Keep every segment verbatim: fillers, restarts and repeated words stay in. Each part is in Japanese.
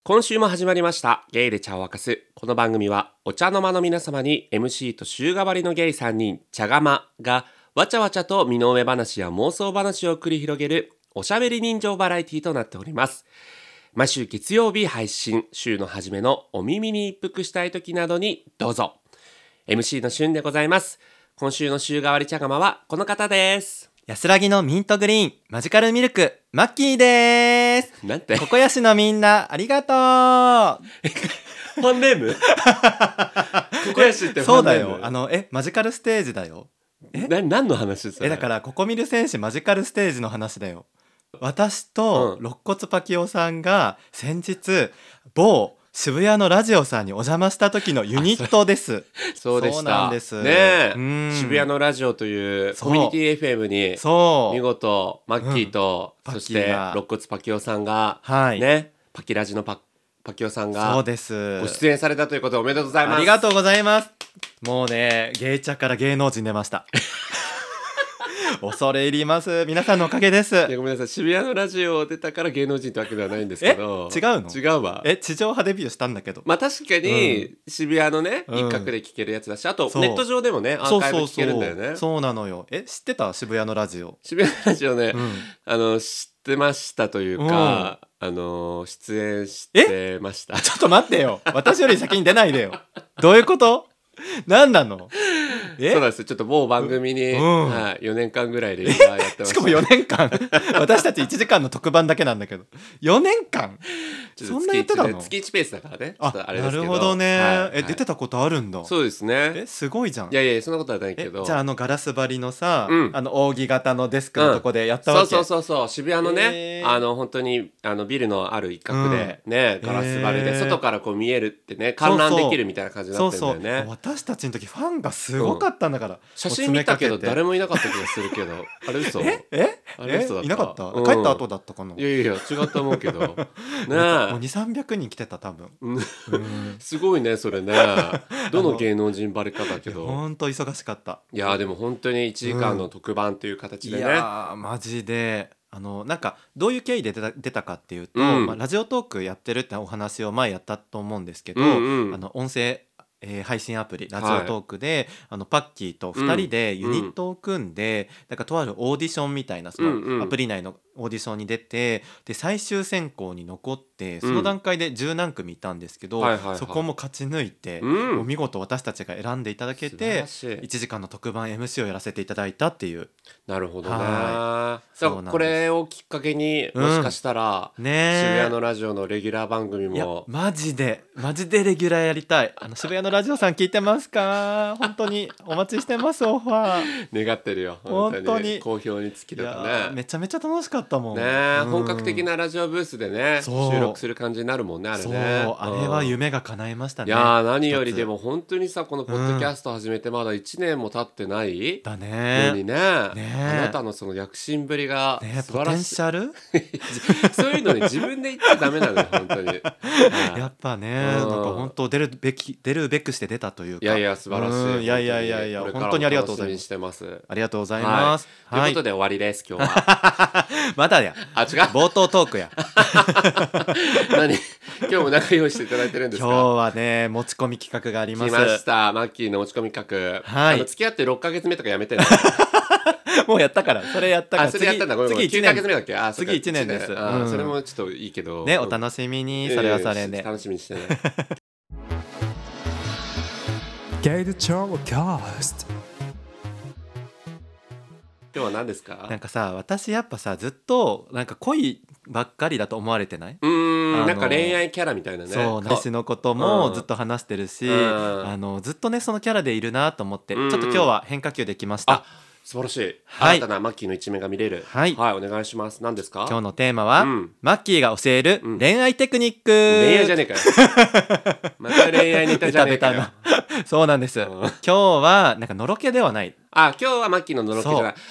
今週も始まりましたゲイで茶を沸かす。この番組はお茶の間の皆様に エムシー と週替わりのゲイさんにん茶釜がわちゃわちゃと身の上話や妄想話を繰り広げるおしゃべり人情バラエティとなっております。毎週月曜日配信、週の初めのお耳に一服したい時などにどうぞ。 エムシー のしゅんでございます。今週の週替わり茶釜はこの方です。 安らぎのミントグリーンマジカルミルクマッキーです。 なんてここやしのみんなありがとう。 ファンネームここやしってファンネーム。 そうだよ。あのえマジカルステージだよ。 えな何の話ですか。 えだからココミル戦士マジカルステージの話だよ。私と肋骨パキオさんが先日某渋谷のラジオさんにお邪魔した時のユニットです。 そうでした。 そうなんですねえ、 うん、 渋谷のラジオというコミュニティ エフエム にそう見事マッキーと、 うん、 そして肋骨パキオさんが、 はい、 ね、パキラジの パ, パキオさんがそうですご出演されたということでおめでとうございます。 ありがとうございます。もうねゲイチャから芸能人出ました恐れ入ります。皆さんのおかげです。 いやごめんなさい、渋谷のラジオ出たから芸能人ってわけではないんですけど。 え違うの。 違うわ。 え地上波デビューしたんだけど、 まあ確かに渋谷のね、 うん、 一角で聴けるやつだし、あとネット上でもねアーカイブ聴けるんだよね。 そうそうそうそうなのよ。え知ってた渋谷のラジオ。 渋谷のラジオね、 うん、 あの知ってましたというか、うん、あの出演してました。 ちょっと待ってよ私より先に出ないでよどういうこと。何なの。 えそうなんですよ。ちょっと某番組に、うんはい、よねんかんぐらいレギュラーやってました。 しかもよねんかん私たちいちじかんの特番だけなんだけどよねんかんそんなやってたの。 月いちペースだからね。ちょっとあれですけど。 なるほどね、はい、えはい、 出てたことあるんだ。 そうですね。 えすごいじゃん。 いやいやそんなことはないけど。 じゃああのガラス張りのさ、 うん、 あの扇形のデスクのとこでやったわけ、 うん、そうそうそうそう渋谷のね、えー、あの本当にあのビルのある一角でね、うん、ガラス張りで外からこう見えるってね観覧できるみたいな感じになってるんだよね。 そうそう私たちの時ファンがすごかったんだから、うん、 写真見たけど誰もいなかった気がするけどあれ嘘。 ええあれ嘘だった。 いなかった、うん、帰った後だったかな。 いやいやいや違ったと思うけどねもうにせんさんびゃくにん来てた多分、 うん、すごいねそれねどの芸能人バレかだけどほんと忙しかった。 いやでも本当にいちじかんの特番という形でね、うん、 いやマジであのなんかどういう経緯で出た、出たかっていうと、うんまあ、ラジオトークやってるってお話を前やったと思うんですけど、うんうん、あの音声えー、配信アプリラジオトークで、はい、あのパッキーとふたりでユニットを組んで、うん、なんかとあるオーディションみたいなそのアプリ内のオーディションに出てで最終選考に残ってその段階で十何組いたんですけど、うん、そこも勝ち抜いて、うん、もう見事私たちが選んでいただけていちじかんの特番 エムシー をやらせていただいたっていう。 なるほどね。そうこれをきっかけにもしかしたら、うんね、渋谷のラジオのレギュラー番組もいやマジでマジでレギュラーやりたい。あの渋谷のラジオさん聞いてますか。本当にお待ちしてますオファー願ってるよ本当に好評につきとかね。 めちゃめちゃ楽しかったもんね、うん、本格的なラジオブースでね収録する感じになるもんねあれね。 そうあれは夢が叶いましたね。 いや何よりでも本当にさこのポッドキャスト始めてまだいちねんも経ってないだねのに ね, ねあなたのその躍進ぶりが素晴らしい、ね、ポテンシャルそういうのに自分で言っちゃダメなのよ本当にやっぱね、うん、なんか本当出るべき出るべくして出たというか。 いやいや素晴らしい、うん、 いやいやいやいや本当にありがとうございます。 してますありがとうございます、 はいはい、ということで終わりです今日はまだやあ違う冒頭トークや何今日も何用意していただいてるんですか。 今日はね持ち込み企画があります。 来ましたマッキーの持ち込み企画、はい、あの付き合ってろっかげつめとかやめてねもうやったからそれやったからあそれやったんだごめんごめん次いちねんきゅうかげつめだっけ。あ次いちねんです、 あ、うん、それもちょっといいけどねお楽しみに、うん、それはそれで、 えー、楽しみにしてねゲイルチョーキャスト今日は何ですか。 なんかさ私やっぱさずっとなんか恋ばっかりだと思われてない。 うーんなんか恋愛キャラみたいなね。 そう私のこともずっと話してるし、うん、あのずっとねそのキャラでいるなと思って、うんうん、ちょっと今日は変化球できました。 あ素晴らしい、はい、新たなマッキーの一面が見れる。はい、はい、お願いします。何ですか。 今日のテーマは、うん、マッキーが教える恋愛テクニック、うん、 恋愛じゃねえかよまた恋愛ネタじゃねえかよそうなんです、うん、今日はなんかのろけではない。 あ今日はマッキーののろけじゃない。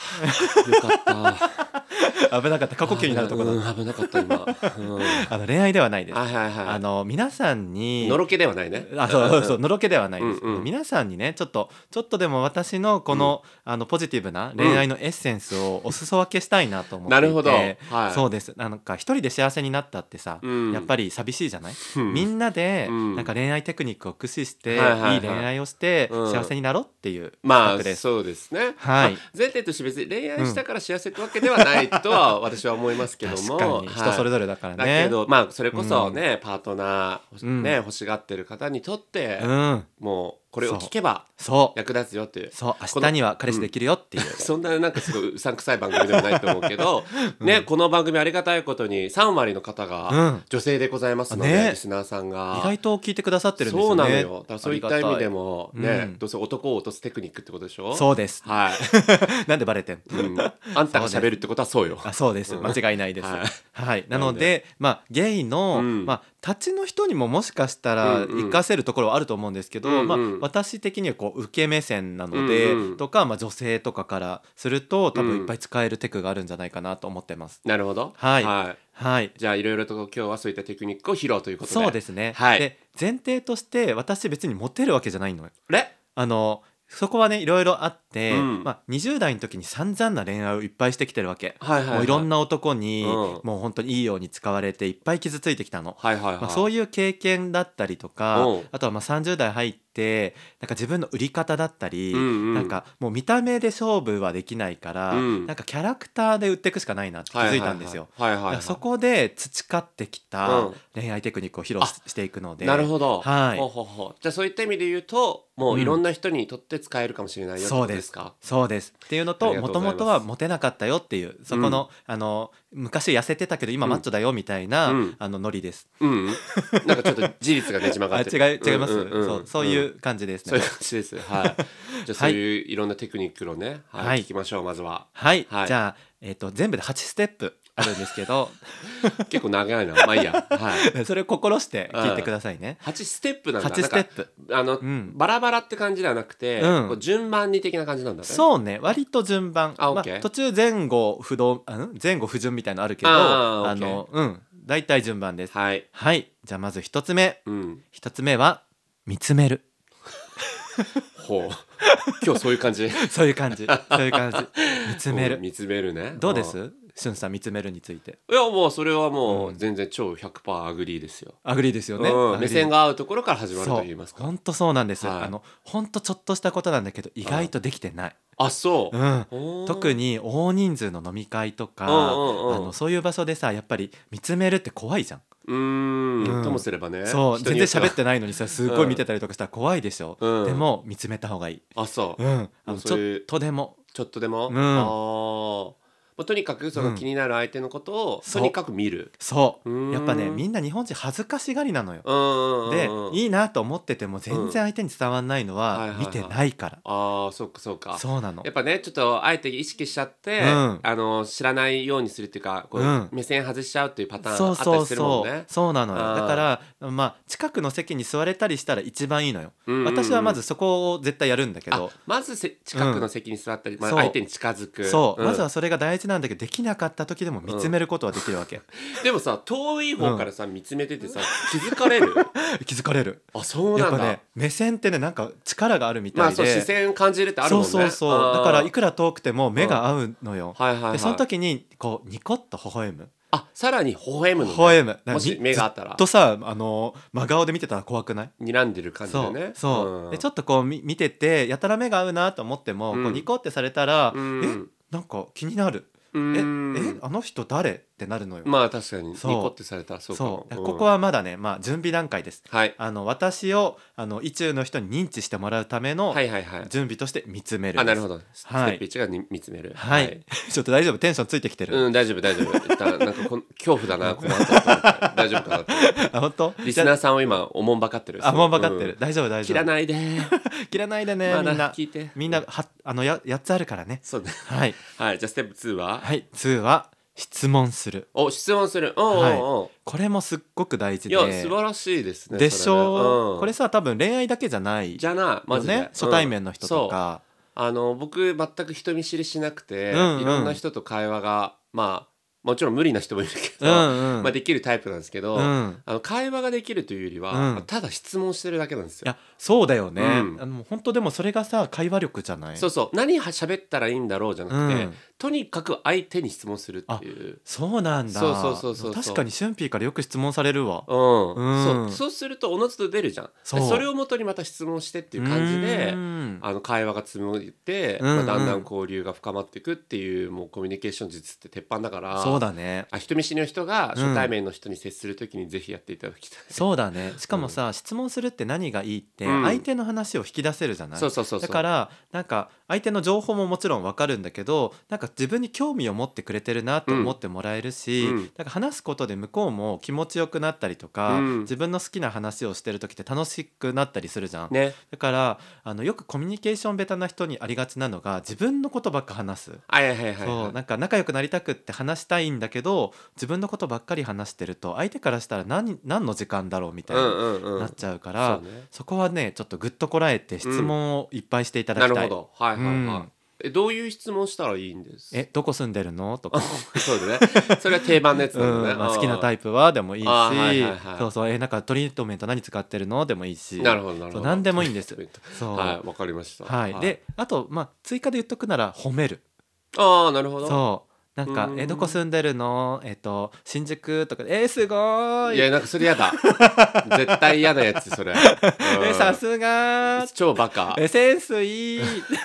よかった危なかった、過呼吸になるところだ、 うん、危なかった今、うん、 あの恋愛ではないです。 はいはいはい、 あの皆さんにのろけではないね。 あ、そうそうそう、のろけではないです、 うんうん、 皆さんにねちょっとちょっとでも私のこの、うん、あのポジティブな恋愛のエッセンスをお裾分けしたいなと思っていて、なるほど、はい、そうです。なんか一人で幸せになったってさ、うん、やっぱり寂しいじゃない、うん、みんなで、うん、なんか恋愛テクニックを駆使して、はいはいはい、いい恋愛をして幸せになろうっていう企画です。 まあそうですね、 はい、 まあ、前提として別に恋愛したから幸せってわけではないとは私は思いますけども、 確かに人それぞれだからね、 はい、だけどまあそれこそね、うん、パートナー、ね、欲しがってる方にとって、うん、もうこれを聞けば役立つよっていう、 そう明日には彼氏できるよっていう、 うん、そんななんかすごいうさんくさい番組でもないと思うけど、うん、ね、この番組ありがたいことにさん割の方が女性でございますので、うんね、リスナーさんが意外と聞いてくださってるんですよね。 そうなのよ。だからそういった意味でもね、うん、どうせ男を落とすテクニックってことでしょ。 そうです、 はいなんでバレてん、 うん、あんたが喋るってことはそうよ。 あ、そうです、間違いないです、はい、はい、なのでまあゲイの、うん、まあ立ちの人にももしかしたら活かせるところはあると思うんですけど、うんうん、まあ、私的にはこう受け目線なので、うんうん、とか、まあ、女性とかからすると多分いっぱい使えるテクがあるんじゃないかなと思ってます、 うん、なるほど、 はい、 はいはい、 じゃあいろいろと今日はそういったテクニックを披露ということで。 そうですね、 はい、 で前提として私別にモテるわけじゃないのよ。 えあのそこはねいろいろあって、うん、まあ、にじゅう代の時に散々な恋愛をいっぱいしてきてるわけ、はいはいはい、もういろんな男に、うん、もう本当にいいように使われていっぱい傷ついてきたの、はいはいはい、まあ、そういう経験だったりとか、うん、あとはまあさんじゅう代入ってなんか自分の売り方だったり、うんうん、なんかもう見た目で勝負はできないから、うん、なんかキャラクターで売っていくしかないなって気づいたんですよ。そこで培ってきた恋愛テクニックを披露 し, していくので。 なるほど、 はい、 ほうほうほう。じゃあそういった意味で言うともういろんな人にとって使えるかもしれないよってことですか。 そうです、そうですっていうのと、もともとはモテなかったよっていうそこの、うん、あの昔痩せてたけど今マッチョだよみたいな、うん、あのノリです、 うん、なんかちょっと事実がねじ曲がってるあ違い違います、うんうんうん、そう、そういう感じですね、 そういう感じです、はい、じゃあそういういろんなテクニックをね、はいはい、聞きましょう。まずははい、はい、じゃあ、えーと、全部ではちステップあるんですけど結構長いな、まあいいや、はい、 それを心して聞いてくださいね。 はちステップなんだ。 はちステップ、 あの、うん、バラバラって感じではなくて、うん、こう順番に的な感じなんだね。 そうね、割と順番、あ、まあ、途中前後不動、前後不順みたいなのあるけど、ああの、うん、大体順番です。はい、はい、じゃあまず一つ目、うん、一つ目は見つめるほう今日そういう感じそういう感じそういう感じ見つめる見つめるね。 どうです、しゅんさん、見つめるについて。 いやもうそれはもう全然超 ひゃくパーセント アグリーですよ。 アグリーですよね、 うん、目線が合うところから始まると言いますか。 本当そうなんです、はい、あの本当ちょっとしたことなんだけど意外とできてない。 あ、そう、 うん、特に大人数の飲み会とか、うんうん、あのそういう場所でさやっぱり見つめるって怖いじゃん。 うーん、うん、ともすればね。 そう、全然喋ってないのにさすごい見てたりとかしたら怖いでしょ、うん、でも見つめた方がいい。 あ、そう、 うん、あのちょっとでもちょっとでも、 うん、 あまあ、とにかくその気になる相手のことをとにかく見る。 そう、うやっぱねみんな日本人恥ずかしがりなのよ。でいいなと思ってても全然相手に伝わんないのは見てないから、 うんはいはいはい、ああそうかそうか。 そうなの。 やっぱねちょっとあえて意識しちゃって、うん、あの知らないようにするっていうかこう、うん、目線外しちゃうっていうパターンあったりするもんね。そうそうそうそうなのよ。だからまあ近くの席に座れたりしたら一番いいのよ、うんうんうん、私はまずそこを絶対やるんだけど、まずせ近くの席に座ったり、うんまあ、相手に近づく。そう、うん、まずはそれが大事なんだけどできなかった時でも見つめることはできるわけ、うん、でもさ遠い方からさ、うん、見つめててさ気づかれる気づかれる。あ、そうなんだ。やっぱね目線ってねなんか力があるみたいで、まあ、そう視線感じるってあるもんね。そうそうそうだからいくら遠くても目が合うのよ、うんはいはいはい、でその時にこうニコッと微笑む。あ、さらに微笑むのね。微笑む。もし目があったらずっとさあの真顔で見てたら怖くない？睨んでる感じでね。そうそう、うん、でちょっとこう見ててやたら目が合うなと思っても、うん、こうニコってされたら、うん、えなんか気になる。ええあの人誰ってなるのよ。まあ確かにニコってされたらそうかも。そう、うん、ここはまだね、まあ、準備段階です、はい、あの私をあの意中の人に認知してもらうための準備として見つめるです。あ、なるほど。ステップいちが見つめる。はい、はい、ちょっと大丈夫？テンションついてきてる？うん、大丈夫大丈夫だなんかこ恐怖だなこの後大丈夫かなってあ、本当？リスナーさんを今おもんばかってる。あ、おもんばかってる、うん、大丈夫大丈夫。切らないで切らないでね、ま、みんな聞いて。みんなはあの や, やっつあるからね。そうね。はい、はい、じゃあステップにははい、には質問する。お、質問する。おうおうおう、はい、これもすっごく大事で。いや素晴らしいですね。でしょう、ね、うん、これさ多分恋愛だけじゃないじゃなマジで、ね、初対面の人とか、 あの僕全く人見知りしなくて、 うんうんいろんな人と会話がまあもちろん無理な人もいるけど、 うんうんまあ、できるタイプなんですけど、 うんあの会話ができるというよりは、 うんただ質問してるだけなんですよ。 いやそうだよね、 うんあの本当でもそれがさ会話力じゃない？ そうそう、何は喋ったらいいんだろうじゃなくて、 うんとにかく相手に質問するっていう。 そうなんだ。 そうそうそうそうそう確かにシュンピーからよく質問されるわ。 うんうんそうそうするとおのずと出るじゃん。 そうでそれをもとにまた質問してっていう感じでうんあの会話が積もって、 うんうんまあ、だんだん交流が深まっていくっていう、もうコミュニケーション術って鉄板だから。 そうだね。 あ人見知りの人がうん初対面の人に接するときにぜひやっていただきたい、 そうだね。しかもさ、質問するって何がいいって、 うん相手の話を引き出せるじゃない？ そうそうそうそうだからなんか相手の情報ももちろんわかるんだけど、なんか自分に興味を持ってくれてるなって思ってもらえるし、 うんなんか話すことで向こうも気持ちよくなったりとか、 うん自分の好きな話をしてる時って楽しくなったりするじゃん。 ね。 だからあのよくコミュニケーションベタな人にありがちなのが自分のことばっか話す。 はいはいはいはい、 そうなんか仲良くなりたくって話したいんだけど自分のことばっかり話してると相手からしたら何何の時間だろうみたいにうんうんうんなっちゃうから、 そうねそこはねちょっとぐっとこらえて質問をいっぱいしていただきたい。 なるほど、はいはいはい、 うんえどういう質問したらいいんですえどこ住んでるのとか、 そうだね、それは定番のやつうなんだね、 んまあ、好きなタイイプはでもいいし、 あーはいはいはいそうそうえなんかトリートメント何使ってるのでもいいし、 なるほどなるほど、 そう何でもいいんです。そうはいわかりました。 はい、であとまあ追加で言っとくなら褒める。 ああなるほど。 そうなんかうんえどこ住んでるのえっと新宿とかえー、すごーいいやなんかそれやだ絶対嫌なやつそれ、うんえさすがー超バカ。 えセンスいい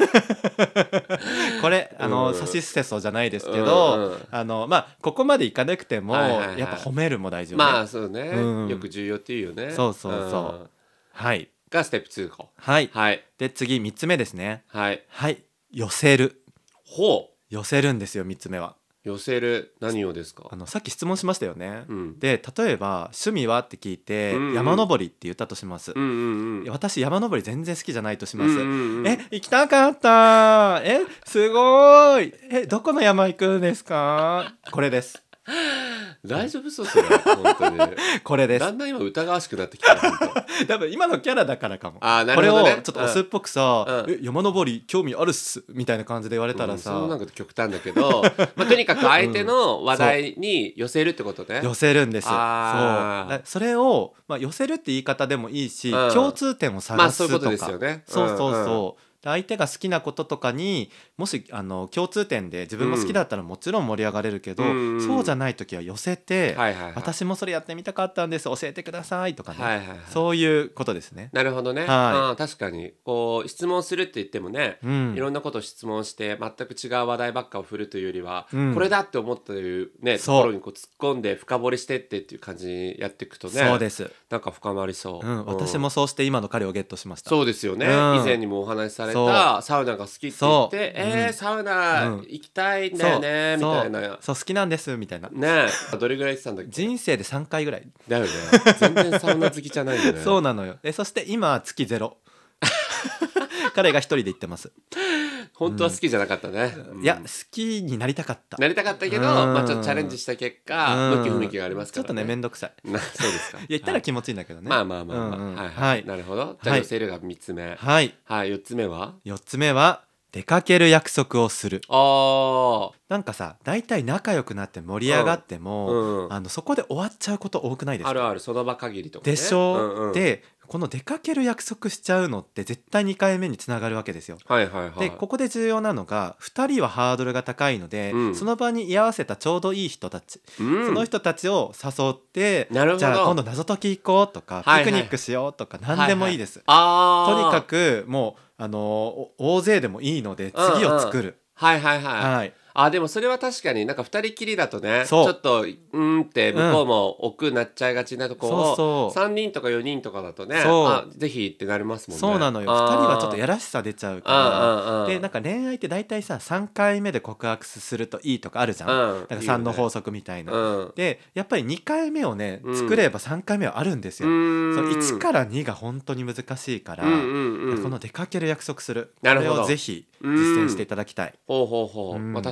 これあの、 うんサシスセソじゃないですけど、 うんうんあのまあここまでいかなくても、 はいはいはいやっぱ褒めるも大事よね。 まあそうね、 うんよく重要っていうよね。 そうそうそうんはいがステップツーか。 はい、 はいで次みっつめですね。 はい。 はい寄せる。 ほう寄せるんですよみっつめは。 寄せる何をですか。 あのさっき質問しましたよね、 うんで例えば趣味はって聞いて、 うんうん山登りって言ったとします、 うんうんうん私山登り全然好きじゃないとします、 うんうんうんえ行きたかったえすごいえどこの山行くんですかこれです大丈夫そうそれ本当にこれですだんだん今疑わしくなってきた本当。 多分今のキャラだからかも。 あーなるほどねこれをちょっとオスっぽくさ、 うんえ山登り興味あるっすみたいな感じで言われたらさ、 うん、そんなこと極端だけど、まあ、とにかく相手の話題に寄せるってことね。 寄せるんです。そうあーだそれを、まあ、寄せるって言い方でもいいし、 うん共通点をま探あそういうことすとか、 ですよね。 そうそうそう、 んんで相手が好きなこととかにもしあの共通点で自分も好きだったらもちろん盛り上がれるけど、 うんそうじゃない時は寄せて、 はいはいはい、 私もそれやってみたかったんです教えてくださいとかね、 はいはいはい、 そういうことですね。 なるほどね、 はいうん、確かにこう質問するって言ってもね、 うんいろんなことを質問して全く違う話題ばっかを振るというよりは、 うんこれだって思ったいうねとそうころにこう突っ込んで深掘りしてってっていう感じにやっていくとね、 そうです、 なんか深まりそう、 うん、私もそうして今の彼をゲットしました。 そうですよね、 うん以前にもお話しされそうたサウナが好きって言ってそうえーうんサウナうん行きたいんだよね、みたいなそうそう好きなんですみたいな。 ねえどれぐらい言ってたんだっけ。 人生でさんかいぐらい、 だよね全然サウナ好きじゃないよねそうなのよ。でそして今月ゼロ彼が一人で行ってます、 本当は好きじゃなかったね、うんいや好きになりたかった。 なりたかったけど、 うんまあ、ちょっとチャレンジした結果、 うん向き不向きがありますからね。 ちょっとねめんどくさい。 なそうですか。 言ったら気持ちいいんだけどね。 まあまあまあまあ、 うんうんはいはい、 はいなるほど。じゃあはい寄せるがみっつめ。 はい、 はい、よっつ目はよっつめは出かける約束をする。 あなんかさ大体仲良くなって盛り上がってあ、 も、 うん、 あのそこで終わっちゃうこと多くないですか。 あるあるその場限りとか、ね、 でしょ、 うんうん、 でこの出かける約束しちゃうのって絶対にかいめにつながるわけですよ。 はいはいはい。 でここで重要なのがふたりはハードルが高いので、 うんその場に居合わせたちょうどいい人たち、 うん、 その人たちを誘ってなるほどじゃあ今度謎解き行こうとか、 はいはいピクニックしようとか何でもいいです、 あとにかくくもうあのお大勢でもいいので次を作る、 はいはいはい、 はい、 あでもそれは確かになんかふたりきりだとねちそうょっとうーんって向こうも億なっちゃいがちなとこを、 そうそうさんにんとかよにんとかだとねそうあぜひってなりますもんね。 そうなのよ。ふたりはちょっとやらしさ出ちゃうから。でなんか恋愛って大体ささんかいめで告白するといいとかあるじゃん、 うんなんかさんの法則みたいな、 うんでやっぱりにかいめをねうん作ればさんかいめはあるんですよ、 うんそのいちからにが本当に難しいから、 うんうんうんこの出かける約束するこなるほどれをぜひ実践していただきたい。 ほうほうほう、 うんまあ確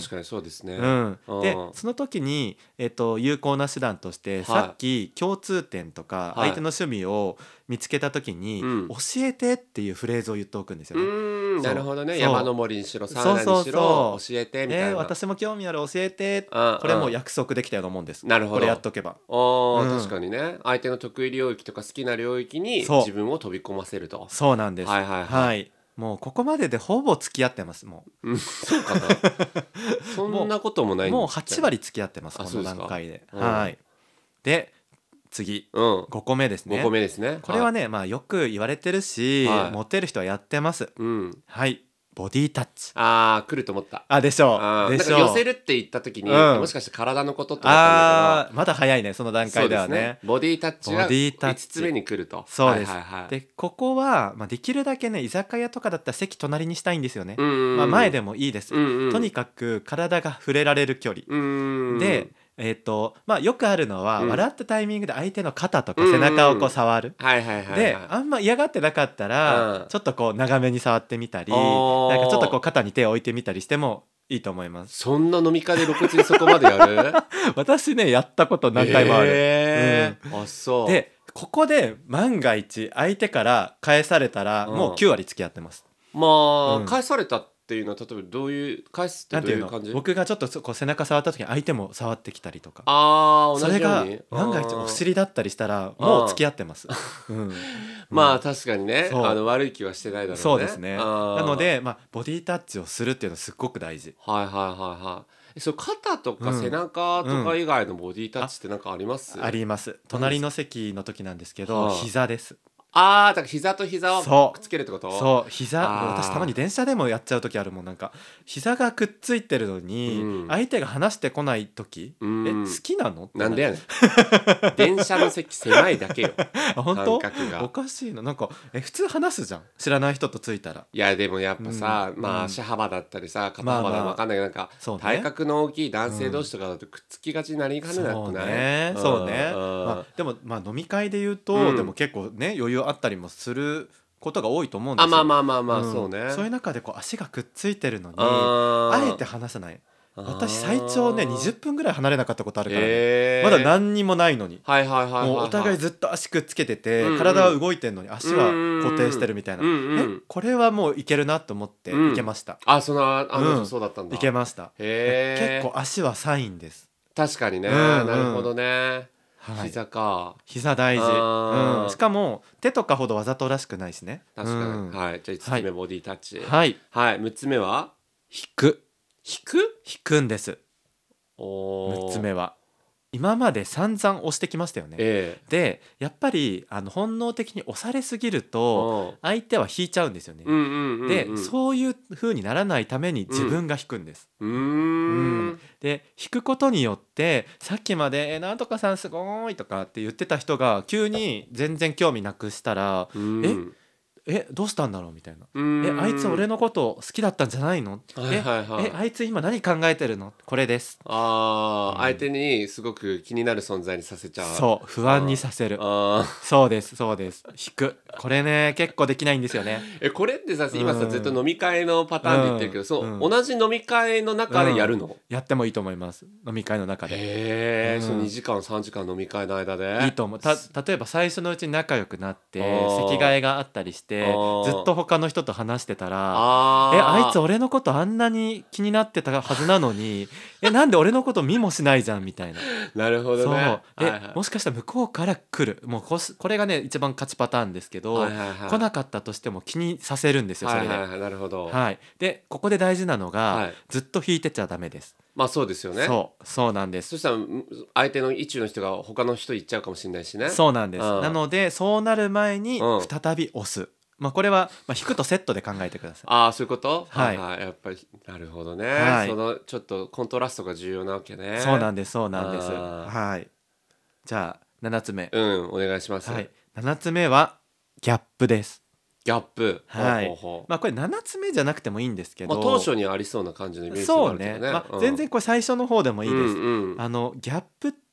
確かにそうですね。 うん、でうんその時に、えっと、有効な手段として、 はいさっき共通点とかはい相手の趣味を見つけた時に、 うん教えてっていうフレーズを言っておくんですうよね。 ーんなるほどね。 そう山登りにしろサウナにそうそうしろそう教えてみたいえー、 な。 私も興味ある、教えて。 うんこれもううん約束できたようなもんです。 なるほどこれやっとけば。 あー、 うん確かにね。相手の得意領域とか好きな領域にそう自分を飛び込ませると。 そうなんです。 はいはいはいもうここまででほぼ付き合ってます。もうんそうかな。そんなこともないんうもうじゃはち割付き合ってます。このあそうですか段階で。 うんはいで次うんごこめですね。 ごこめですね。 これはね、まあよく言われてるし、 はいモテる人はやってます。 うんはいボディタッチ。 あー来ると思った。 あでしょあーなんうでしょうか寄せるって言った時に、 うんもしかして体のことって思ったんだあーまだ早いね、その段けど階ではね。 ボディタッチがボディタッチいつつめに来ると。 そうです、 はいはいはい、 でここは、まあ、できるだけね居酒屋とかだったら席隣にしたいんですよね。 うんうんうんまあ、前でもいいです、 うんうん、 とにかく体が触れられる距離、 うんうんで、えーとまあ、よくあるのは、 うん笑ったタイミングで相手の肩とかうんうん背中をこう触る、 はいはいはいはい、 であんま嫌がってなかったら、 うんちょっとこう長めに触ってみたり、 あーなんかちょっとこう肩に手を置いてみたりしてもいいと思います。 そんな飲み会で露骨にそこまでやる私ねやったこと何回もある、 えーあそうでここで万が一相手から返されたら、 うんもうきゅう割付き合ってます。 まあ、 うん返されたっていうのは例えばどういう返すってなんていうのどういう感じ僕がちょっとそこう背中触った時に相手も触ってきたりとか、 ああ同それがじように万が一おあー尻だったりしたらもう付き合ってます。うんまあ確かにねそうあの悪い気はしてないだろうね。 そうですね。 あーなので、まあ、ボディタッチをするっていうのはすっごく大事。 はいはいはいはいえそう肩とかうん背中とか以外のボディタッチってなんかあります、 あります。隣の席の時なんですけど、 はあ膝です。 あーだから膝と膝そうをくっつけるってことそう膝あー私たまに電車でもやっちゃう時あるもん。なんか膝がくっついてるのに、 うん相手が離してこない時、 うんえ好きなのってなんでやねん電車の席狭いだけよあ本当感覚がおかしいな。なんかえ普通話すじゃん、知らない人とついたら。 いやでもやっぱさ、 うんうんまあ足幅だったりさ肩まあまあ幅だか分かんないけどなんかそうね体格の大きい男性同士とかだとくっつきがちになりかねなそうくないねそうね、 んまあ、でも、まあ、飲み会で言うと、 うんでも結構ね余裕あったりもすることが多いと思うんですよ。 あまあまあまあまあ、 んそうねそういう中でこう足がくっついてるのにあーあえて離さない。私最長ねにじゅっぷんぐらい離れなかったことあるからね、 えーまだ何にもないのに、 はいはいはいはい、はい、 もうお互いずっと足くっつけてて、 うんうん体は動いてんのに足は固定してるみたいな、 うんうんうんえこれはもういけるなと思ってうんいけました、 あそのああの人うんそうだったんだ、 いけました。 へえ結構足はサインです、 確かにね、 うんうんなるほどね、 はい、 膝か膝大事、 あーうん、しかも手とかほどわざとらしくないしね。 確かに、 うんはいじゃあいつつめボディタッチはいはい、むっつめは引く引く引くんです。 おーむっつめは今まで散々押してきましたよね。 えでやっぱりあの本能的に押されすぎるえと相手は引いちゃうんですよね。 うんうんうんうんでそういう風にならないために自分が引くんです。 うーんうんで引くことによってさっきまで「えなんとかさんすごい」とかって言ってた人が急に全然興味なくしたらうん 「えどうしたんだろう?」みたいな「 うんえあいつ俺のこと好きだったんじゃないの?」 はいはいはいええあいつ今何考えてるの?」これです。 あー、 うん相手にすごく気になる存在にさせちゃうそう不安にさせる。 あそうですそうです引くこれね結構できないんですよね。 ーえこれってさ今さうんずっと飲み会のパターンで言ってるけど、そう、 うん同じ飲み会の中でやるの、 やってもいいと思います飲み会の中で。 へえ、 うんそのにじかんさんじかん飲み会の間でいいと思う。た例えば最初のうちに仲良くなってあー席替えがあったりしてあーずっと他の人と話してたらあーえあいつ俺のことあんなに気になってたはずなのにえなんで俺のこと見もしないじゃんみたいな。 なるほどそうねで、 はいはいもしかしたら向こうから来るもうこしこれがね一番勝ちパターンですけど、 はいはいはい来なかったとしても気にさせるんですよそれで。 はいはいはいなるほど、 はい、でここで大事なのが、 はいずっと引いてちゃダメです。 まあそうですよねそうそうなんです。 そしたらん相手の意中の人が他の人行っちゃうかもしれないしねそうなんです。 うんなのでそうなる前にうん再び押す。まあこれは、まあ、引くとセットで考えてください。 ああそういうことはいはい、やっぱりなるほどね、 はいそのちょっとコントラストが重要なわけねそうなんですそうなんです。 あはい。じゃあななつめ、 うんお願いします、 はい、ななつめはギャップです。 ギャップはいほうほうほうまあこれななつめじゃなくてもいいんですけど、 まあ、当初にありそうな感じのイメージがそうね、 あるけどね、 まあ、 うん全然これ最初の方でもいいです。 うんうんあのギャップっ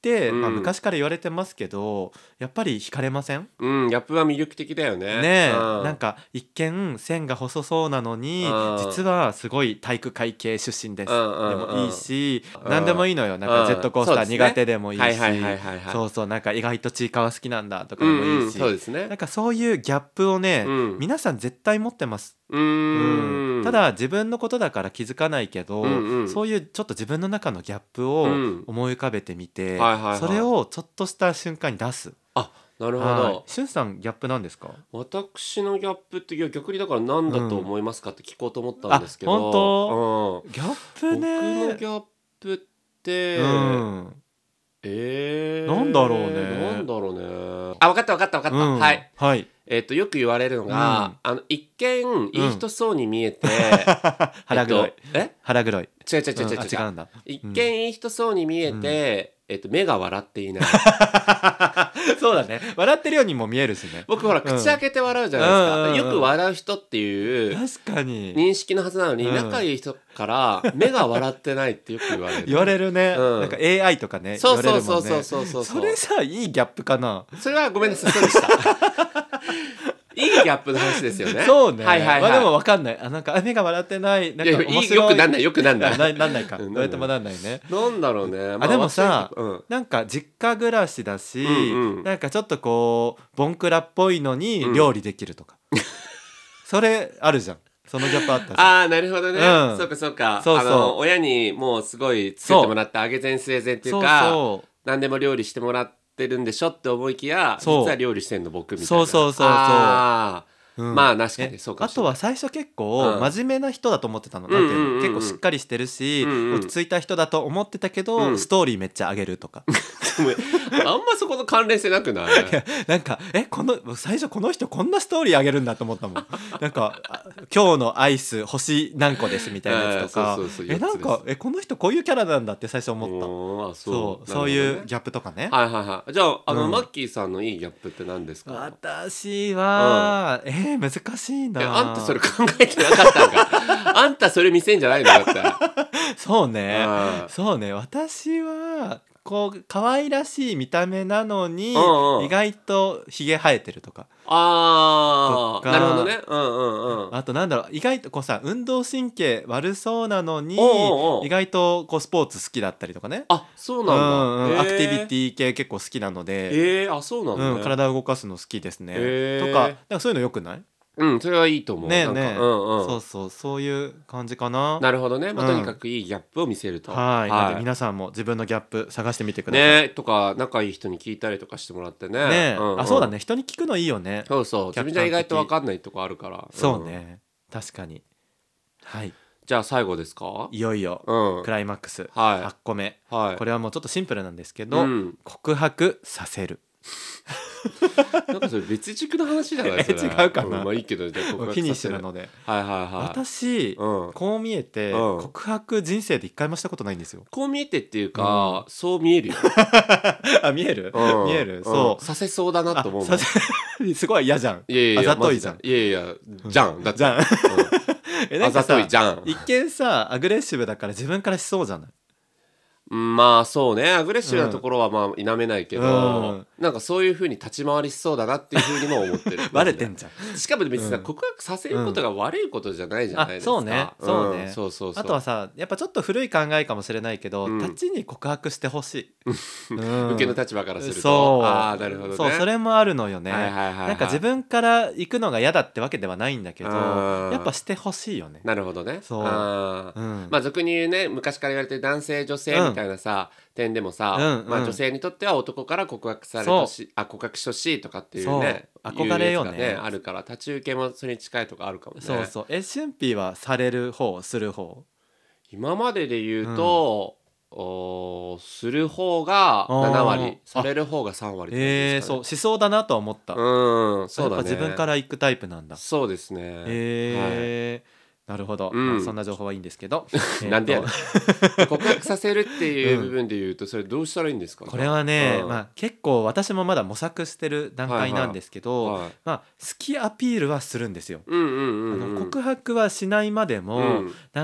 て、 うんまあ、昔から言われてますけどやっぱり惹かれません？ うん、ギャップは魅力的だよね。 ねえ、 うん、 なんか一見線が細そうなのにうん実はすごい体育会系出身です、 うんうんでもいいし、 うん何でもいいのよ。なんかジェットコースター苦手でもいいし、 うんそうですねはいはいはいはいはいそうそう、なんか意外とちいかわ好きなんだとかうんうん、 でもいいし、 そうですね。 なんかそういうギャップをね、 うん皆さん絶対持ってます。 ううんーんただ自分のことだから気づかないけど、 うんうんそういうちょっと自分の中のギャップうをん思い浮かべてみて、 はいはいはいそれをちょっとした瞬間に出す。 あ、なるほはいど。 しゅんさんギャップなんですか？ 私のギャップっていや逆にだから何だと思いますかって聞こうと思ったんあですけど、 本当うん、 ギャップね。 僕のギャップって、 うんえー、 なんだろうねなんだろうね。あ、分かった分かった分かった。 うんはい。 はいえっとよく言われるのが、あの一見いい人そうに見えて、 腹黒い、 えっとえ腹黒い。 違う違う違う違う違う、 うんあ違うんだ。 一見いい人そうに見えて、えっと目が笑っていない。 そうだね。笑ってるようにも見えるしね。 僕ほらうん口開けて笑うじゃないですか、 うんうんうんよく笑う人っていう確かに認識のはずなのに、 うん仲いい人から目が笑ってないってよく言われる言われるね、 うんなんか エーアイ とかねそう言われそうそうるもんね。 そうそうそうそれさいいギャップかな。 それはごめんなさいそうでしたいいギャップの話ですよね。 そうね、 はいはいはい、 まあでも分かんない。あなんかあ目が笑ってないなんいやいやか面白いよくなんないよくなんないあななんないかうんどうやってもなんないね。 なんだろうね、まあでもさ忘れてうんなんか実家暮らしだし、 うんうんなんかちょっとこうボンクラっぽいのにうん料理できるとか、それあるじゃん。そのギャップあったじゃん。 ああなるほどね、 うんそうかそうか、 そうそうあの親にもうすごい作ってもらってあげ前生前っていうか、 そうそう何でも料理してもらってるんでしょって思いきや、 そう実は料理してんの僕みたいな。 そうそうそうそうあーうんまあ確かえにそうかもしれない。 あとは最初結構うん真面目な人だと思ってたの、なんていうの、 うんうんうんうん結構しっかりしてるし、 うんうん落ち着いた人だと思ってたけど、 うんストーリーめっちゃ上げるとかでもあんまそこの関連性なくないなんかえこの最初この人こんなストーリー上げるんだと思ったもんなんかあ今日のアイス星何個ですみたいなやつとかあーそうそうそうえなんよっつですかえこの人こういうキャラなんだって最初思った。 おーあそうそうそういうギギャップとかね。 はいはいはい。じゃああの、 うんマッキーさんのいいギャップって何ですか？ 私は、えー、難しいな。 えあんたそれ考えてなかったんかあんたそれ見せんじゃないのだってそうねうんそうね私はこう可愛らしい見た目なのに、 うんうん意外とひげ生えてるとか、 あとかあなるほどね。うんうんうんあとなんだろう意外とこうさ運動神経悪そうなのにおうおうおう意外とこうスポーツ好きだったりとかね。 あそううんなんだ、 うんアクティビィティ系結構好きなので、 えー、あそうなんだ、ねうん、体を動かすの好きですね、 へーとかなんかそういうのよくない？ うんそれはいいと思う。なんかねえねえ、 うんうんそうそうそういう感じかな。 なるほどね、まあうんとにかくいいギャップを見せると。 はい、なんで皆さんも自分のギャップ探してみてください。 ねとか仲いい人に聞いたりとかしてもらってね。 ねえ、 んんあそうだね人に聞くのいいよね。 そうそう自客観的分じゃ意外と分かんないとこあるから。 そうね、確かに。はいじゃあ最後ですか？ いよいよ、 うんクライマックス、 はいはち個目、 はいこれはもうちょっとシンプルなんですけど、 うん告白させる。 なんかそれ別軸の話じゃないえそれ違うかな、 んまあいいけどじゃあ告白フィニッシュさせるなので、 はいはいはい。 私、 うんこう見えて、 うん告白人生で一回もしたことないんですよ。 こう見えてっていうか、そう見えるよ。 あ見える、 うん見える、 んそうさせそうだなと思うもん。 あさせすごい嫌じゃん。 いやいやいやあざといじゃんマジでいやいやじゃんだってじゃんえうんあざなんかさといじゃん。 一見さアグレッシブだから自分からしそうじゃない？ うんまあそうねアグレッシブなところはまあ否めないけど、 うんなんかそういう風に立ち回りしそうだなっていう風にも思ってるバレてんじゃん。 しかも別にさ、 うん告白させることが悪いことじゃないじゃないですか、 あそうねそうねんそうそうそうあとはさやっぱちょっと古い考えかもしれないけど、 うん立ちに告白してほしい、うん受けの立場からするとそうああなるほどねそうそれもあるのよね、 はいはいはいはいなんか自分から行くのが嫌だってわけではないんだけどうんやっぱしてほしいよね。 なるほどねそうあーうんまあ俗に言うね昔から言われてる男性女性みたいなさ、点でもさ、 うんうんまあ、女性にとっては男から告白されてほしいあ告白してほしいとかっていうねそう憧れよねいうやつがあるから立ち受けもそれに近いとこあるかもね。 そうそうえしゅんぴーはされる方する方？ 今までで言うと、おーする方がなな割あーされる方がさん割って感じえー、 ですかねそうしそうだなとは思った、 うんそうだねやっぱ自分から行くタイプなんだ。 そうですねへえーなるほど、 うんまあ、そんな情報はいいんですけどえーとなんでやねん告白させるっていう部分で言うとそれどうしたらいいんですかね。 これはね、 うんまあ、結構私もまだ模索してる段階なんですけど、 はいまあ、好きアピールはするんですよ。 うんうんうんうんあの告白はしないまでも、 うんなんか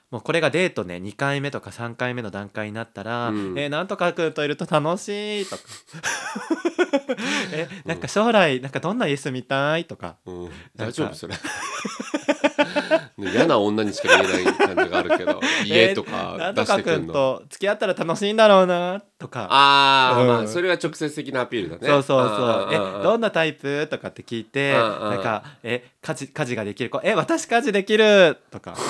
もうこれがデートねにかいめとかさんかいめの段階になったら、 うんえーなんとかくんといると楽しいとかえなんか将来なんかどんな家住みたいとか、 うん、大丈夫それ嫌な女にしか見えない感じがあるけど家とえーなかんとかくん出してくんの、 と付き合ったら楽しいんだろうなとか。 ああ、 うんまあそれは直接的なアピールだね。 そうそうそう。え、どんな、 なタイプとかって聞いて、 うんうんなんか、え、家事、家事ができる子、え、私家事できるとか。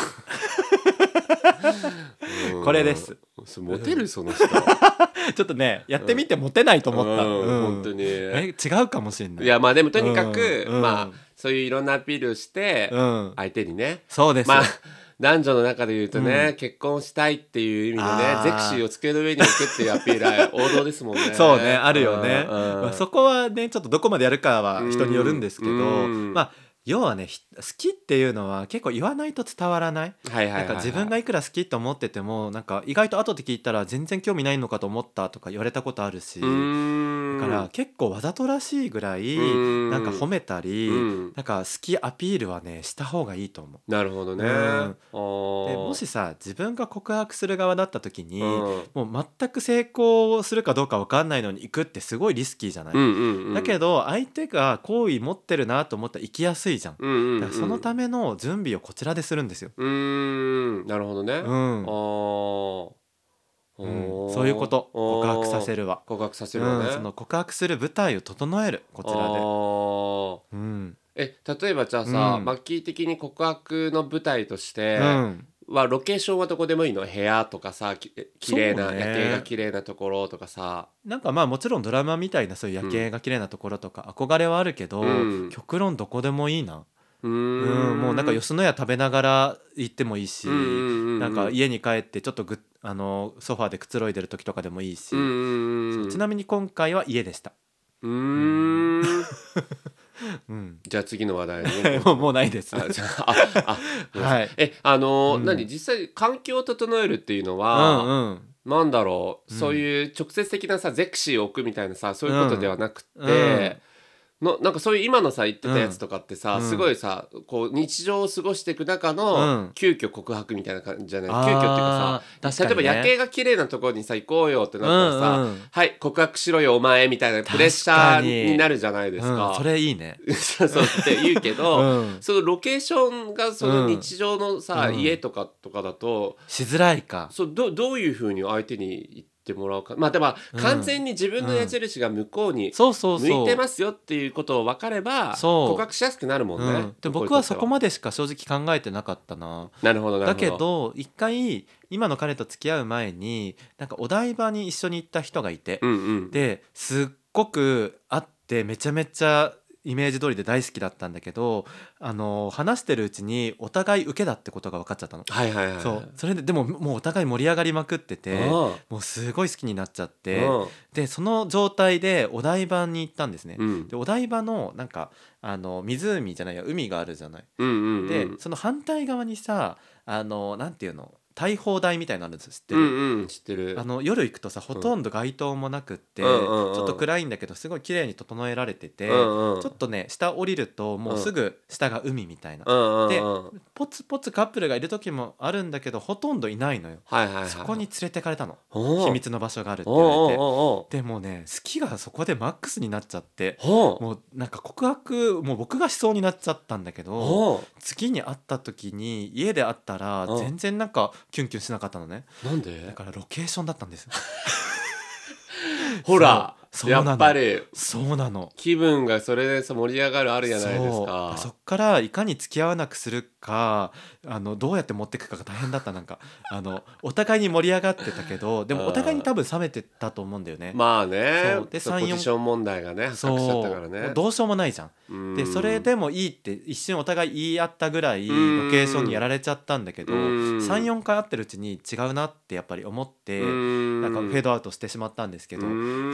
うんこれです。 それモテるその人ちょっとね、やってみてモテないと思った。 うんうん本当にえ、違うかもしれない。 いやまあでもとにかく、 うんまあうんそういういろんなアピールをして、 うん相手にね、 そうです。 まあ男女の中で言うとね、 うん結婚したいっていう意味でねあーゼクシーを机の上に置くっていうアピールは王道ですもんね。 そうね、あるよね。 うんうんまあ、そこはね、ちょっとどこまでやるかは人によるんですけど、 うんまあ、要はね、ひ好きっていうのは結構言わないと伝わらない。 はいはいはいはい、 なんか自分がいくら好きと思ってても、なんか意外と後で聞いたら全然興味ないのかと思ったとか言われたことあるし、 うーんだから結構わざとらしいぐらい、 うんなんか褒めたり、 うんなんか好きアピールはね、した方がいいと思う。 なるほどね。 うんあでーもしさ、自分が告白する側だった時に、 うんもう全く成功するかどうか分かんないのに行くってすごいリスキーじゃない、 うんうんうん、 だけど相手が好意持ってるなと思ったら行きやすいじゃん、 うんうんうん、 だからそのための準備をこちらでするんですよ。 うーんなるほどね。 うんあーうん、そういうこと告白させるるは、 告白させうるわね。 ん、その告白する舞台を整えるこちらで。 あーうんえ例えばじゃあさ、 うんマッキー的に告白の舞台としてうんは、ロケーションはどこでもいいの？部屋とかさ、き綺麗な、 そうね夜景が綺麗なところとかさ。 なんかまあもちろんドラマみたいなそういう夜景が綺麗なところとか憧れはあるけど、 うん極論どこでもいいな。 うーうん、もうなんか吉野家食べながら行ってもいいし、 うんうんうんうんなんか家に帰ってちょっとぐあのソファーでくつろいでる時とかでもいいし、 うんうんうんそうちなみに今回は家でした。 うーんうんじゃあ次の話題にもうもうないです。 あじゃあああはいえあのーうん何実際環境を整えるっていうのうは、 んうんなんだろう、 うんそういう直接的なさゼクシーを置くみたいなさそういうことではなくて、 うんのなんかそういう今のさ言ってたやつとかってさ、 うんすごいさこう日常を過ごしていく中うのん急遽告白みたいな感じじゃない、 あー急遽っていうかさ、 確かにね例えば夜景が綺麗なところにさ行こうよってなったらさ、 うんうんはい告白しろよお前みたいなプレッシャ確かにーになるじゃないですか、 うん、それいいね。 そうそうって言うけど、 うんそのロケーションがその日常のさ、 うん家とかとかだとしづらいか。 そうどどういうふうに相手に言ってもらうか、まあでもうん完全に自分の矢印が向こうにそうそうそう。 向いてますよっていうことを分かればそう告白しやすくなるもんね、 うん、で僕はそこでまでしか正直考えてなかったな。 なるほどなるだほどけど一回今の彼と付き合う前になんかお台場に一緒に行った人がいて、 うんうんですっごく会ってめちゃめちゃイメージ通りで大好きだったんだけど、あの話してるうちにお互い受けだってことが分かっちゃったの。 はいはいはいそうそれででももうお互い盛り上がりまくってて、 あもうすごい好きになっちゃっあて、でその状態でお台場に行ったんですね。 うんでお台場のなんかあの湖じゃないや海があるじゃない。 うんうんうんでその反対側にさあのなんていうの大砲台みたいなのあるんです知ってうる、 んうん知ってるあの夜行くとさほとんど街灯もなくって、 うんうんうんちょっと暗いんだけどすごい綺麗に整えられてて、 うんうんちょっとね下降りるともうすぐ下が海みたいな、 うんうんうんでうんポツポツカップルがいる時もあるんだけどほとんどいないのよ。 はいはいはいそこに連れてかれたの。 おー秘密の場所があるってお言われて、 ーおーおーでもうね好きがそこでマックスになっちゃって、 おーもうなんか告白もう僕がしそうになっちゃったんだけど、 おー次に会った時に家で会ったらうん全然なんかキュンキュンしなかったのね。 なんでだからロケーションだったんですほらそうそうなのやっぱりそうなの。 気分がそれでさ盛り上がるあるじゃないですか。 そうそっからいかに付き合わなくするかあのどうやって持っていくかが大変だったなんかあのお互いに盛り上がってたけどでもお互いに多分冷めてたと思うんだよね。 まあねそうでそうさんよんポジション問題がね発覚しちゃったからそうね。 どうしようもないじゃん。 うんでそれでもいいって一瞬お互い言い合ったぐらいロうんケーションにやられちゃったんだけどうんさんよんかい会ってるうちに違うなってやっぱり思ってうんなんかフェードアウトしてしまったんですけど、でうんもそれ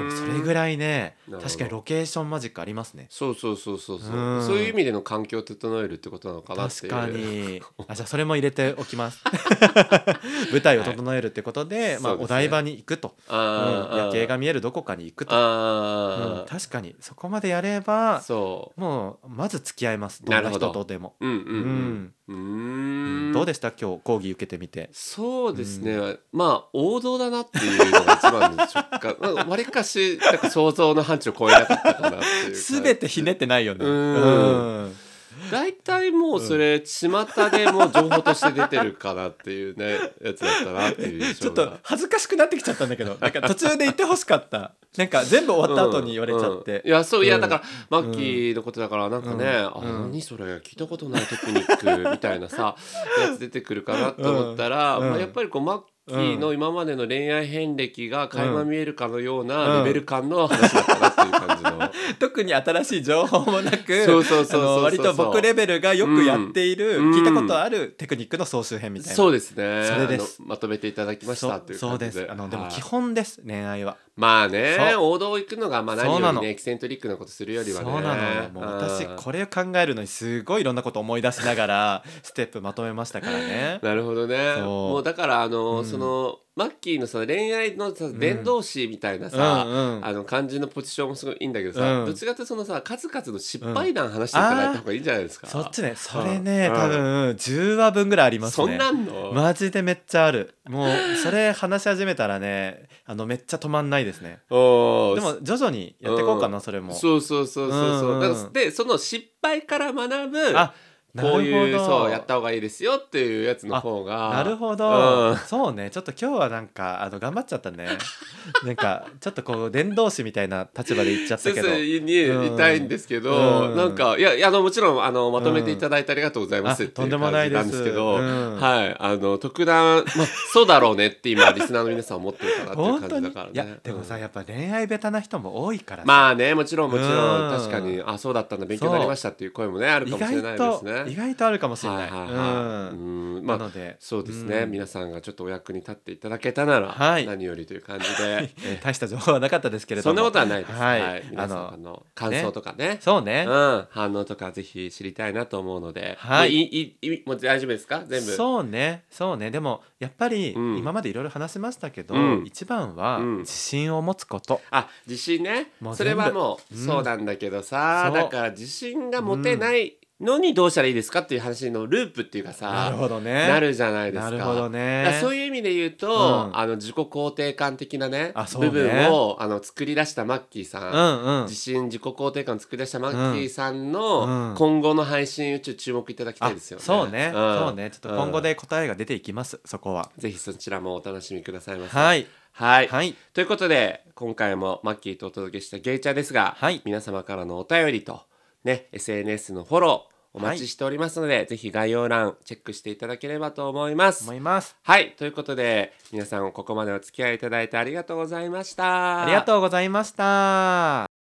ぐらいね、 なるほど確かにロケーションマジックありますね。 そうそうそうそうそう、 うんそういう意味での環境を整えるってことなのかなっていう。 確かにあじゃあそれも入れておきます舞台を整えるってことで、まあ、 そうですねお台場に行くと、うん、 あー夜景が見えるどこかに行くと、 あー、 うん、確かにそこまでやればそうもうまず付き合います、どななんるほど人とでも。 うんうんうんうーんどうでした今日講義受けてみて。 そうですね、まあ王道だなっていうのが一番でしょうかまあわりかしなんか想像の範疇を超えなかったかなっていう感じ全てひねってないよね。 うんうん大体もうそれ巷でもう情報として出てるかなっていうねやつだったなっていう印ちょっ象がと恥ずかしくなってきちゃったんだけどなんか途中で言ってほしかったなんか全部終わった後に言われちゃって、 うんうんいやそういやうんだからマッキーのことだからなんかね、 うんあうん何それ聞いたことないテクニックみたいなさやつ出てくるかなと思ったら、 うんまあ、やっぱりこうマッキーの今までの恋愛遍歴が垣間見えるかのよううなんレベル感の話だったなっていう感じの。 特に新しい情報もなくそうそうそうそうそうあの割と僕レベルがよくやっている、 うん聞いたことあるテクニックの総集編みたいな。 そうですねそれですあのまとめていただきましたっていうそう感じでですあのでもはい基本です恋愛は。 まあねそう王道を行くのがまあ何よりそうなのねエキセントリックなことするよりはねそうなのもう私うんこれを考えるのにすごいいろんなこと思い出しながらステップまとめましたからね。 なるほどねそうもうだからあの、 うんそのマッキーのその恋愛のさ伝道師みたいなさ、 うんうんあの感じのポジションもすごいいいんだけどさ、 うんどっちかっていうとそのさ数々の失敗談話していただいた方がいいんじゃないですか、 そっちねそれね、 うん多分じゅうわぶんぐらいありますね。 そんなんの、 マジでめっちゃある。もうそれ話し始めたらねあのめっちゃ止まんないですね。 おーでも徐々にやっていこうかな、 んそれも。 そうそうそうそうそう、 うんうんだからでその失敗から学ぶあなるほどこういうそうやった方がいいですよっていうやつの方がなるほど、 うんそうねちょっと今日はなんかあの頑張っちゃったねなんかちょっとこう伝道師みたいな立場で言っちゃったけど先生に言いたいんですけど、 うんなんかいやいやあのもちろんあのまとめていただいてありがとうございますうんっていうあとんでもないです感じなんですけど、 うんはいあの特段、まあ、そうだろうねって今リスナーの皆さん思ってるかなっていう本当に感じだからね。 いやでもさ、 うんやっぱ恋愛ベタな人も多いからさ、 まあねもちろんもちろんうん確かにあそうだったんだ勉強になりましたっていう声もねあるか意もしれない外と、 ですね。 意外とあるかもしれない、 はいはいはいうんうんまあなのでそうですね、 うん皆さんがちょっとお役に立っていただけたなら、 はい何よりという感じで、え大した情報はなかったですけれどもそんなことはないです。 はい、 はい、皆さんあのの感想とかねそうね、 うん、反応とかぜひ知りたいなと思うので、 はいもういいいもう大丈夫ですか全部。 そうねそうねでもやっぱりうん今までいろいろ話しましたけど、 うん一番はうん自信を持つこと、 あ自信ねもうそれは全部もう、 うんそうなんだけどさそうだから自信が持てないのにどうしたらいいですかっていう話のループっていうかさなるほどねなるじゃないですか。 なるほどねだからそういう意味で言うと、 うんあの自己肯定感的なねあそうね部分をあの作り出したマッキーさん、 うんうん自信自己肯定感を作り出したマッキーさんのうん今後の配信ちょっと注目いただきたいあですよね。 そうね、 んそうねちょっと今後で答えが出ていきます、そこは。 ぜひそちらもお楽しみくださいませ。 はいはい、 はいということで今回もマッキーとお届けしたゲイチャですが、 はい皆様からのお便りとね エスエヌエス のフォローお待ちしておりますので、ぜひ概要欄チェックしていただければと思います。 思います。 はいということで皆さんここまでお付き合いいただいてありがとうございました。 ありがとうございました。